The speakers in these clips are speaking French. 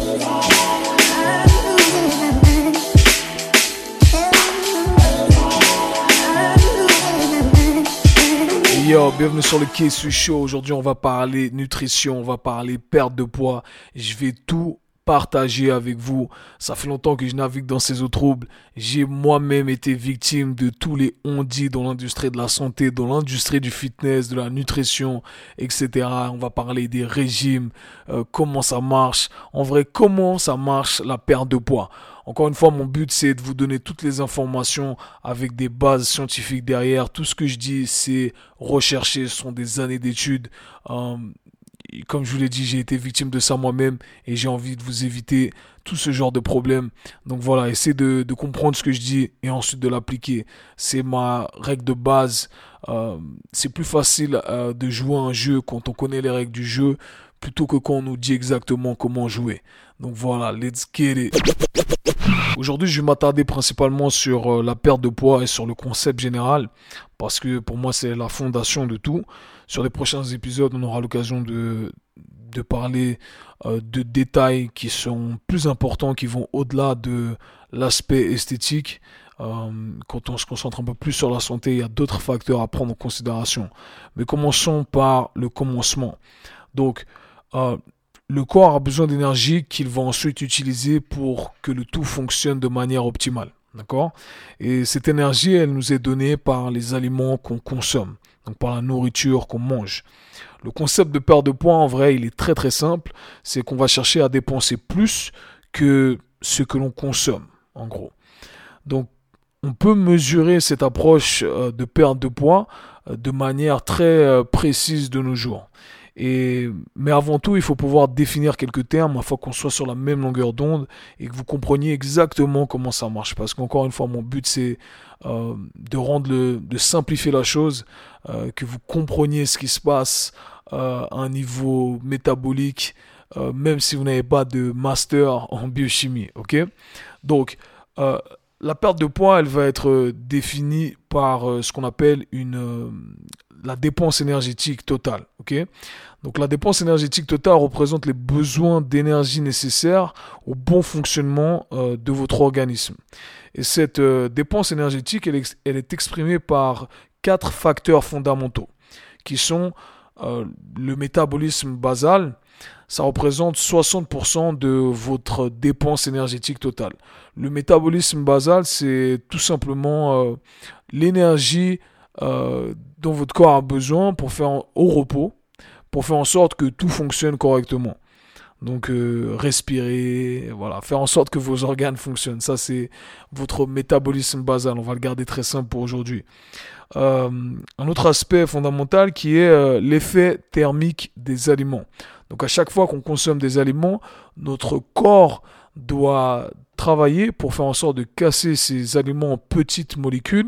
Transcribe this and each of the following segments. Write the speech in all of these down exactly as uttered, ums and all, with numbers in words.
Yo, bienvenue sur le K-Su Show. Aujourd'hui, on va parler nutrition, on va parler perte de poids. Je vais tout partager avec vous. Ça fait longtemps que je navigue dans ces eaux troubles. J'ai moi-même été victime de tous les on-dit dans l'industrie de la santé, dans l'industrie du fitness, de la nutrition, et cetera. On va parler des régimes, euh, comment ça marche. En vrai, comment ça marche la perte de poids. Encore une fois, mon but, c'est de vous donner toutes les informations avec des bases scientifiques derrière. Tout ce que je dis, c'est recherché. Ce sont des années d'études. Euh, Comme je vous l'ai dit, j'ai été victime de ça moi-même et j'ai envie de vous éviter tout ce genre de problème. Donc voilà, essayez de, de comprendre ce que je dis et ensuite de l'appliquer. C'est ma règle de base. Euh, c'est plus facile euh, de jouer un jeu quand on connaît les règles du jeu plutôt que quand on nous dit exactement comment jouer. Donc voilà, let's get it. Aujourd'hui, je vais m'attarder principalement sur euh, la perte de poids et sur le concept général parce que pour moi, c'est la fondation de tout. Sur les prochains épisodes, on aura l'occasion de, de parler euh, de détails qui sont plus importants, qui vont au-delà de l'aspect esthétique. Euh, quand on se concentre un peu plus sur la santé, il y a d'autres facteurs à prendre en considération. Mais commençons par le commencement. Donc, euh, le corps a besoin d'énergie qu'il va ensuite utiliser pour que le tout fonctionne de manière optimale. D'accord ? Et cette énergie, elle nous est donnée par les aliments qu'on consomme, donc par la nourriture qu'on mange. Le concept de perte de poids, en vrai, il est très très simple. C'est qu'on va chercher à dépenser plus que ce que l'on consomme, en gros. Donc, on peut mesurer cette approche euh, de perte de poids euh, de manière très euh, précise de nos jours. Et, mais avant tout, il faut pouvoir définir quelques termes afin qu'on soit sur la même longueur d'onde et que vous compreniez exactement comment ça marche. Parce qu'encore une fois, mon but, c'est euh, de rendre le, de simplifier la chose, euh, que vous compreniez ce qui se passe euh, à un niveau métabolique, euh, même si vous n'avez pas de master en biochimie. Ok ? Donc, euh, la perte de poids, elle va être définie par euh, ce qu'on appelle une euh, la dépense énergétique totale. Okay ? Donc la dépense énergétique totale représente les besoins d'énergie nécessaires au bon fonctionnement euh, de votre organisme. Et cette euh, dépense énergétique, elle, ex- elle est exprimée par quatre facteurs fondamentaux, qui sont euh, le métabolisme basal. Ça représente soixante pour cent de votre dépense énergétique totale. Le métabolisme basal, c'est tout simplement euh, l'énergie euh, dont votre corps a besoin pour faire en, au repos, pour faire en sorte que tout fonctionne correctement. Donc euh, respirer, voilà, faire en sorte que vos organes fonctionnent. Ça, c'est votre métabolisme basal. On va le garder très simple pour aujourd'hui. Euh, un autre aspect fondamental qui est euh, l'effet thermique des aliments. Donc à chaque fois qu'on consomme des aliments, notre corps doit travailler pour faire en sorte de casser ces aliments en petites molécules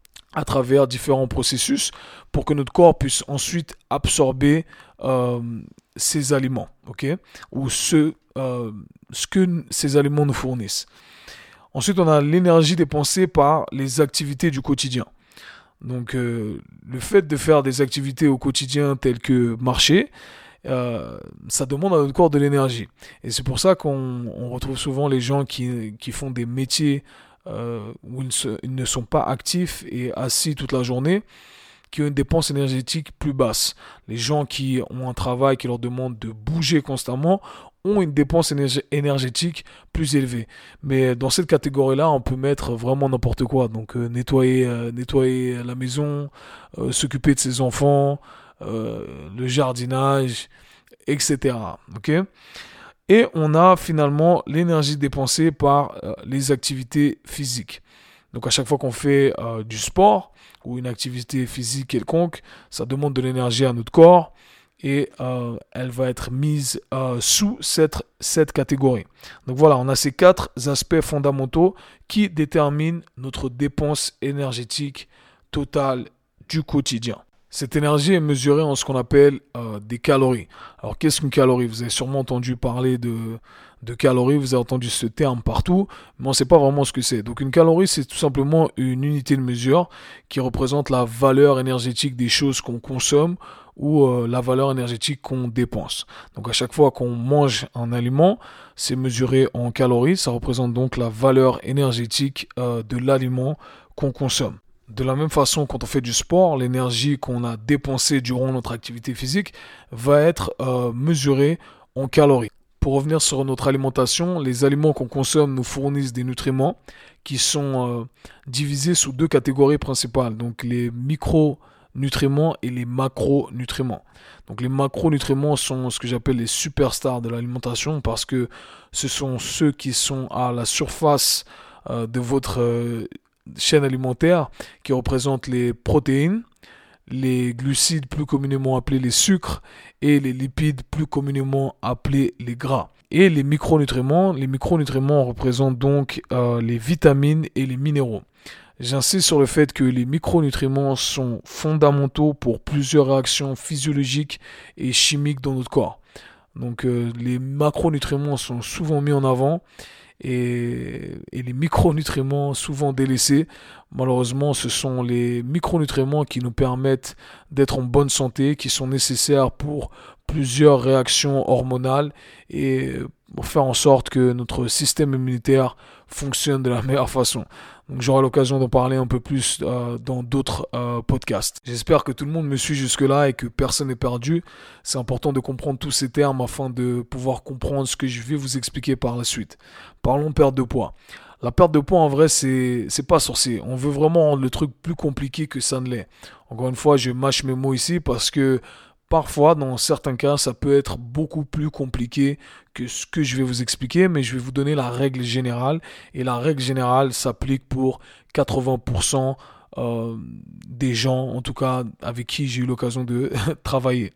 à travers différents processus pour que notre corps puisse ensuite absorber euh, ces aliments, ok, ou ce, euh, ce que ces aliments nous fournissent. Ensuite, on a l'énergie dépensée par les activités du quotidien. Donc, euh, le fait de faire des activités au quotidien telles que marcher, euh, ça demande à notre corps de l'énergie. Et c'est pour ça qu'on on retrouve souvent les gens qui, qui font des métiers euh, où ils ne, se, ils ne sont pas actifs et assis toute la journée, qui ont une dépense énergétique plus basse. Les gens qui ont un travail qui leur demande de bouger constamment ont une dépense énerg- énergétique plus élevée. Mais dans cette catégorie-là, on peut mettre vraiment n'importe quoi. Donc euh, nettoyer, euh, nettoyer la maison, euh, s'occuper de ses enfants, euh, le jardinage, et cetera. Okay ? Et on a finalement l'énergie dépensée par euh, les activités physiques. Donc à chaque fois qu'on fait euh, du sport ou une activité physique quelconque, ça demande de l'énergie à notre corps et euh, elle va être mise euh, sous cette, cette catégorie. Donc voilà, on a ces quatre aspects fondamentaux qui déterminent notre dépense énergétique totale du quotidien. Cette énergie est mesurée en ce qu'on appelle euh, des calories. Alors qu'est-ce qu'une calorie ? Vous avez sûrement entendu parler de, de calories, vous avez entendu ce terme partout, mais on ne sait pas vraiment ce que c'est. Donc une calorie, c'est tout simplement une unité de mesure qui représente la valeur énergétique des choses qu'on consomme ou euh, la valeur énergétique qu'on dépense. Donc à chaque fois qu'on mange un aliment, c'est mesuré en calories. Ça représente donc la valeur énergétique euh, de l'aliment qu'on consomme. De la même façon, quand on fait du sport, l'énergie qu'on a dépensée durant notre activité physique va être euh, mesurée en calories. Pour revenir sur notre alimentation, les aliments qu'on consomme nous fournissent des nutriments qui sont euh, divisés sous deux catégories principales, donc les micronutriments et les macronutriments. Donc les macronutriments sont ce que j'appelle les superstars de l'alimentation parce que ce sont ceux qui sont à la surface euh, de votre euh, chaîne alimentaire, qui représentent les protéines, les glucides plus communément appelés les sucres et les lipides plus communément appelés les gras. Et les micronutriments, les micronutriments représentent donc euh, les vitamines et les minéraux. J'insiste sur le fait que les micronutriments sont fondamentaux pour plusieurs réactions physiologiques et chimiques dans notre corps. Donc euh, les macronutriments sont souvent mis en avant et, et les micronutriments souvent délaissés. Malheureusement, ce sont les micronutriments qui nous permettent d'être en bonne santé, qui sont nécessaires pour plusieurs réactions hormonales et pour faire en sorte que notre système immunitaire fonctionne de la meilleure façon. Donc j'aurai l'occasion d'en parler un peu plus euh, dans d'autres euh, podcasts. J'espère que tout le monde me suit jusque-là et que personne n'est perdu. C'est important de comprendre tous ces termes afin de pouvoir comprendre ce que je vais vous expliquer par la suite. Parlons perte de poids. La perte de poids, en vrai, c'est, c'est pas sorcier. On veut vraiment rendre le truc plus compliqué que ça ne l'est. Encore une fois, je mâche mes mots ici parce que parfois, dans certains cas, ça peut être beaucoup plus compliqué que ce que je vais vous expliquer, mais je vais vous donner la règle générale. Et la règle générale s'applique pour quatre-vingts pour cent euh, des gens, en tout cas avec qui j'ai eu l'occasion de travailler.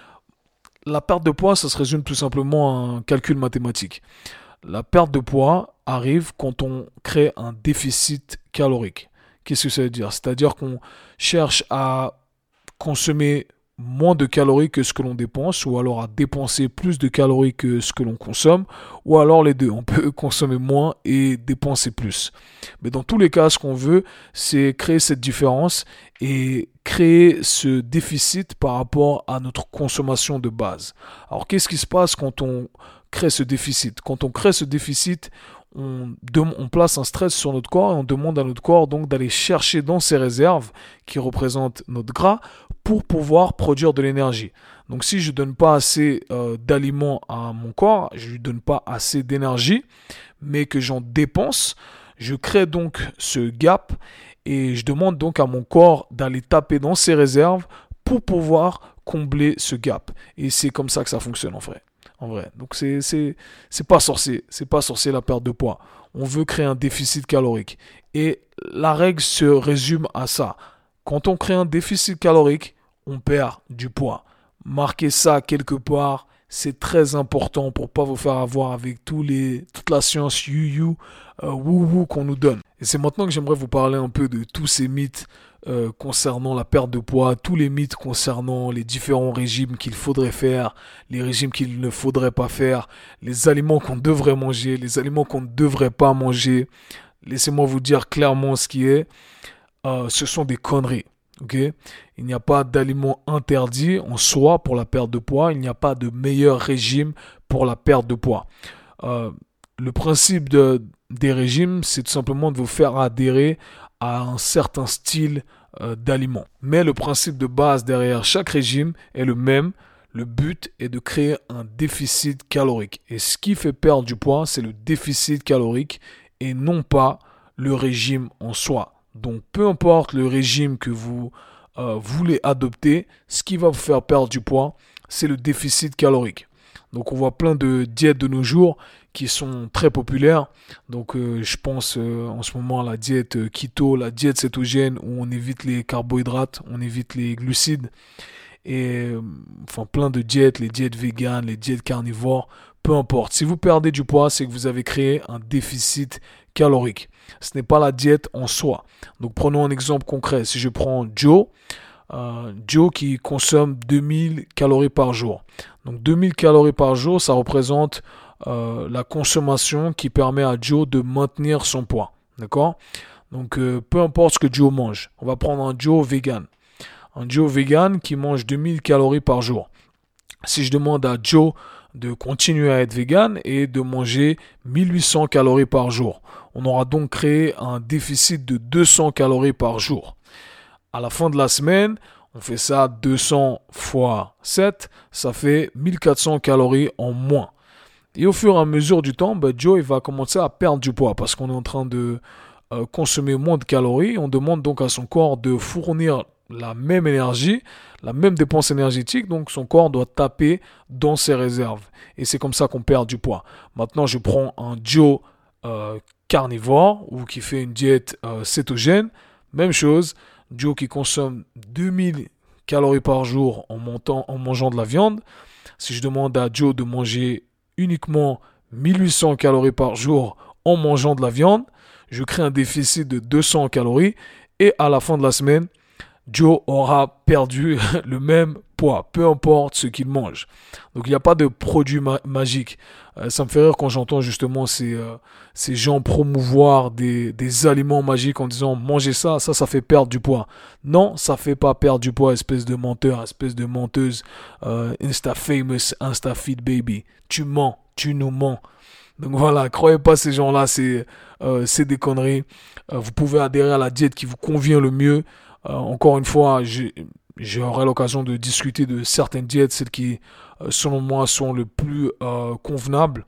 La perte de poids, ça se résume tout simplement à un calcul mathématique. La perte de poids arrive quand on crée un déficit calorique. Qu'est-ce que ça veut dire? C'est-à-dire qu'on cherche à consommer moins de calories que ce que l'on dépense, ou alors à dépenser plus de calories que ce que l'on consomme, ou alors les deux. On peut consommer moins et dépenser plus. Mais dans tous les cas, ce qu'on veut, c'est créer cette différence et créer ce déficit par rapport à notre consommation de base. Alors, qu'est-ce qui se passe quand on crée ce déficit? Quand on crée ce déficit, on, on place un stress sur notre corps et on demande à notre corps donc d'aller chercher dans ses réserves, qui représentent notre gras, pour pouvoir produire de l'énergie. Donc si je ne donne pas assez euh, d'aliments à mon corps, je ne lui donne pas assez d'énergie, mais que j'en dépense, je crée donc ce gap et je demande donc à mon corps d'aller taper dans ses réserves pour pouvoir combler ce gap. Et c'est comme ça que ça fonctionne en vrai. En vrai. Donc c'est, c'est, c'est pas sorcier, c'est pas sorcier la perte de poids. On veut créer un déficit calorique. Et la règle se résume à ça. Quand on crée un déficit calorique, on perd du poids. Marquez ça quelque part, c'est très important pour pas vous faire avoir avec tous les, toute la science you-you, euh, woo-woo qu'on nous donne. Et c'est maintenant que j'aimerais vous parler un peu de tous ces mythes euh, concernant la perte de poids, tous les mythes concernant les différents régimes qu'il faudrait faire, les régimes qu'il ne faudrait pas faire, les aliments qu'on devrait manger, les aliments qu'on ne devrait pas manger. Laissez-moi vous dire clairement ce qui est. Euh, ce sont des conneries. Okay? Il n'y a pas d'aliment interdit en soi pour la perte de poids. Il n'y a pas de meilleur régime pour la perte de poids. Euh, le principe de, des régimes, c'est tout simplement de vous faire adhérer à un certain style euh, d'aliment. Mais le principe de base derrière chaque régime est le même. Le but est de créer un déficit calorique. Et ce qui fait perdre du poids, c'est le déficit calorique et non pas le régime en soi. Donc, peu importe le régime que vous euh, voulez adopter, ce qui va vous faire perdre du poids, c'est le déficit calorique. Donc, on voit plein de diètes de nos jours qui sont très populaires. Donc, euh, je pense euh, en ce moment à la diète keto, la diète cétogène, où on évite les carbohydrates, on évite les glucides. Et euh, enfin, plein de diètes, les diètes véganes, les diètes carnivores, peu importe. Si vous perdez du poids, c'est que vous avez créé un déficit calorique. Ce n'est pas la diète en soi. Donc prenons un exemple concret. Si je prends Joe, euh, Joe qui consomme deux mille calories par jour. Donc deux mille calories par jour, ça représente euh, la consommation qui permet à Joe de maintenir son poids. D'accord? Donc euh, peu importe ce que Joe mange. On va prendre un Joe vegan. un Joe vegan qui mange deux mille calories par jour. Si je demande à Joe de continuer à être vegan et de manger mille huit cents calories par jour, on aura donc créé un déficit de deux cents calories par jour. À la fin de la semaine, on fait ça deux cents fois sept, ça fait mille quatre cents calories en moins. Et au fur et à mesure du temps, bah, Joe il va commencer à perdre du poids parce qu'on est en train de euh, consommer moins de calories. On demande donc à son corps de fournir la même énergie, la même dépense énergétique, donc son corps doit taper dans ses réserves. Et c'est comme ça qu'on perd du poids. Maintenant, je prends un Joe euh, carnivore ou qui fait une diète euh, cétogène. Même chose, Joe qui consomme deux mille calories par jour en, montant, en mangeant de la viande. Si je demande à Joe de manger uniquement mille huit cents calories par jour en mangeant de la viande, je crée un déficit de deux cents calories et à la fin de la semaine, Joe aura perdu le même poids, peu importe ce qu'il mange. Donc il n'y a pas de produit ma- magique. Euh, ça me fait rire quand j'entends justement ces, euh, ces gens promouvoir des, des aliments magiques en disant mangez ça, ça, ça fait perdre du poids. Non, ça fait pas perdre du poids, espèce de menteur, espèce de menteuse, euh, Insta famous, Insta fit baby. Tu mens, tu nous mens. Donc voilà, croyez pas ces gens-là, c'est, euh, c'est des conneries. Euh, vous pouvez adhérer à la diète qui vous convient le mieux. Euh, encore une fois, j'ai, j'aurai l'occasion de discuter de certaines diètes, celles qui, euh, selon moi, sont le plus euh, convenables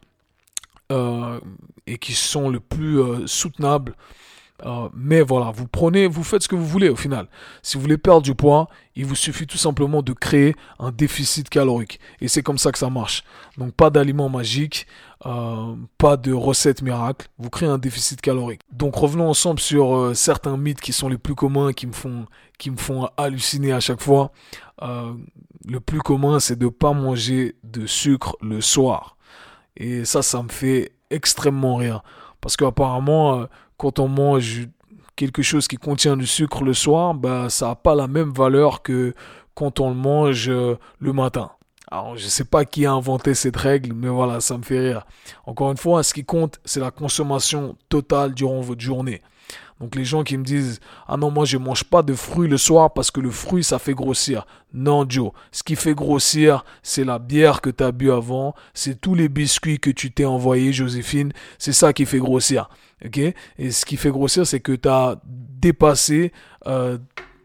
euh, et qui sont le plus euh, soutenables. Euh, mais voilà, vous prenez, vous faites ce que vous voulez au final. Si vous voulez perdre du poids, il vous suffit tout simplement de créer un déficit calorique. Et c'est comme ça que ça marche. Donc pas d'aliments magiques, euh, pas de recettes miracles. Vous créez un déficit calorique. Donc revenons ensemble sur euh, certains mythes qui sont les plus communs, qui me font, qui me font halluciner à chaque fois. Euh, le plus commun, c'est de ne pas manger de sucre le soir. Et ça, ça me fait extrêmement rire. Parce qu'apparemment, euh, quand on mange quelque chose qui contient du sucre le soir, bah, ça n'a pas la même valeur que quand on le mange euh, le matin. Alors, je ne sais pas qui a inventé cette règle, mais voilà, ça me fait rire. Encore une fois, ce qui compte, c'est la consommation totale durant votre journée. Donc les gens qui me disent « Ah non, moi je mange pas de fruits le soir parce que le fruit ça fait grossir. » Non Joe, ce qui fait grossir, c'est la bière que tu as bu avant, c'est tous les biscuits que tu t'es envoyé Joséphine, c'est ça qui fait grossir. Ok? Et ce qui fait grossir, c'est que tu as dépassé euh,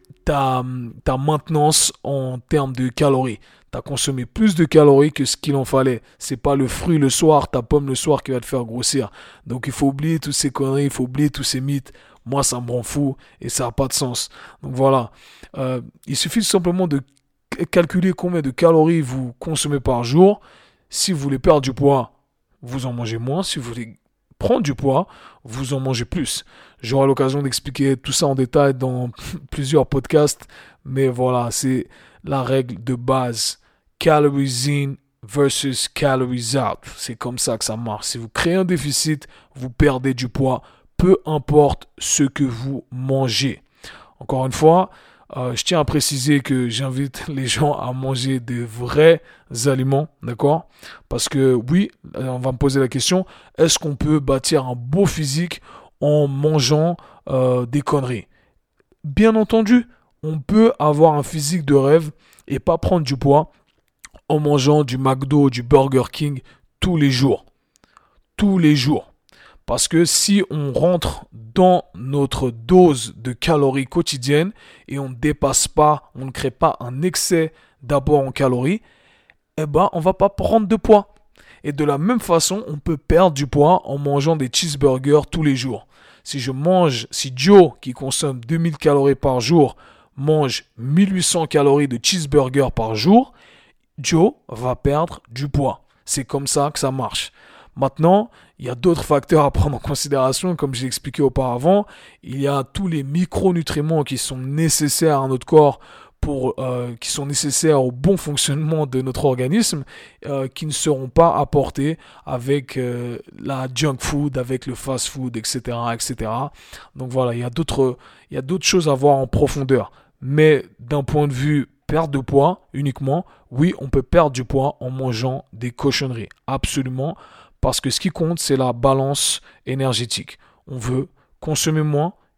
ta, ta maintenance en termes de calories. Tu as consommé plus de calories que ce qu'il en fallait. C'est pas le fruit le soir, ta pomme le soir qui va te faire grossir. Donc il faut oublier toutes ces conneries, il faut oublier tous ces mythes. Moi, ça me rend fou et ça n'a pas de sens. Donc voilà, euh, il suffit tout simplement de calculer combien de calories vous consommez par jour. Si vous voulez perdre du poids, vous en mangez moins. Si vous voulez prendre du poids, vous en mangez plus. J'aurai l'occasion d'expliquer tout ça en détail dans plusieurs podcasts. Mais voilà, c'est la règle de base. Calories in versus calories out. C'est comme ça que ça marche. Si vous créez un déficit, vous perdez du poids. Peu importe ce que vous mangez. Encore une fois, euh, je tiens à préciser que j'invite les gens à manger des vrais aliments, d'accord? Parce que oui, on va me poser la question, est-ce qu'on peut bâtir un beau physique en mangeant euh, des conneries? Bien entendu, on peut avoir un physique de rêve et pas prendre du poids en mangeant du McDo, du Burger King tous les jours. Tous les jours. Parce que si on rentre dans notre dose de calories quotidienne et on ne dépasse pas, on ne crée pas un excès d'apport en calories, eh ben, on ne va pas prendre de poids. Et de la même façon, on peut perdre du poids en mangeant des cheeseburgers tous les jours. Si je mange, si Joe, qui consomme deux mille calories par jour, mange mille huit cents calories de cheeseburger par jour, Joe va perdre du poids. C'est comme ça que ça marche. Maintenant, il y a d'autres facteurs à prendre en considération, comme j'ai expliqué auparavant. Il y a tous les micronutriments qui sont nécessaires à notre corps, pour, euh, qui sont nécessaires au bon fonctionnement de notre organisme, euh, qui ne seront pas apportés avec euh, la junk food, avec le fast food, et cetera, et cetera. Donc voilà, il y a d'autres, il y a d'autres choses à voir en profondeur. Mais d'un point de vue perte de poids uniquement, oui, on peut perdre du poids en mangeant des cochonneries. Absolument. Parce que ce qui compte, c'est la balance énergétique. On veut consommer moins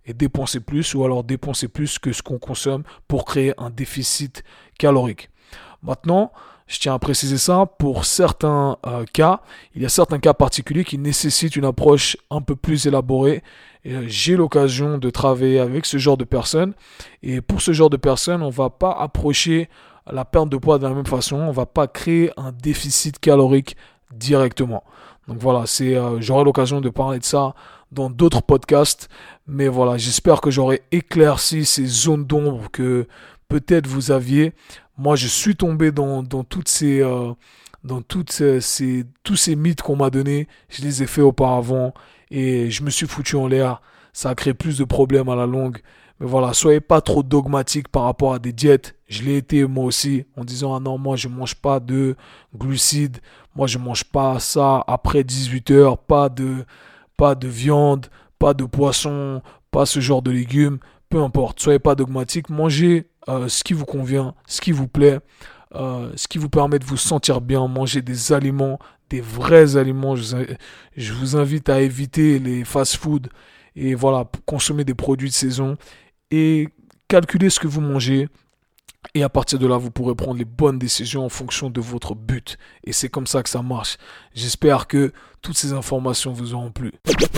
et dépenser plus, ou alors dépenser plus que ce qu'on consomme pour créer un déficit calorique. Maintenant, je tiens à préciser ça, pour certains euh, cas, il y a certains cas particuliers qui nécessitent une approche un peu plus élaborée. Et, euh, j'ai l'occasion de travailler avec ce genre de personnes. Et pour ce genre de personnes, on ne va pas approcher la perte de poids de la même façon. On ne va pas créer un déficit calorique directement. Donc voilà, c'est, euh, j'aurai l'occasion de parler de ça dans d'autres podcasts. Mais voilà, j'espère que j'aurai éclairci ces zones d'ombre que peut-être vous aviez. Moi, je suis tombé dans, dans toutes ces, euh, dans toutes ces, ces, tous ces mythes qu'on m'a donnés. Je les ai faits auparavant et je me suis foutu en l'air. Ça a créé plus de problèmes à la longue. Mais voilà, soyez pas trop dogmatiques par rapport à des diètes. Je l'ai été moi aussi, en disant, ah non, moi je mange pas de glucides. Moi je mange pas ça après dix-huit heures. Pas de, pas de viande, pas de poisson, pas ce genre de légumes. Peu importe, soyez pas dogmatiques. Mangez Euh, ce qui vous convient, ce qui vous plaît, euh, ce qui vous permet de vous sentir bien, manger des aliments, des vrais aliments. Je vous, je vous invite à éviter les fast-food et voilà, consommer des produits de saison et calculer ce que vous mangez. Et à partir de là, vous pourrez prendre les bonnes décisions en fonction de votre but. Et c'est comme ça que ça marche. J'espère que toutes ces informations vous auront plu.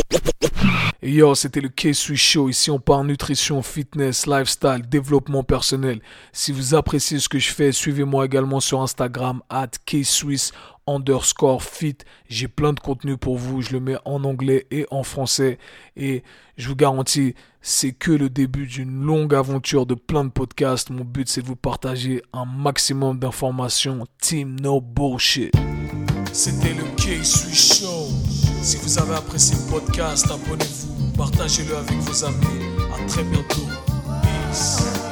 Et yo, c'était le K-Swiss Show. Ici, on parle nutrition, fitness, lifestyle, développement personnel. Si vous appréciez ce que je fais, suivez-moi également sur Instagram, at K-Swiss underscore fit. J'ai plein de contenu pour vous. Je le mets en anglais et en français. Et je vous garantis, c'est que le début d'une longue aventure de plein de podcasts. Mon but, c'est de vous partager un maximum d'informations. Team No Bullshit. C'était le K-Swiss Show. Si vous avez apprécié le podcast, abonnez-vous, partagez-le avec vos amis. À très bientôt. Peace.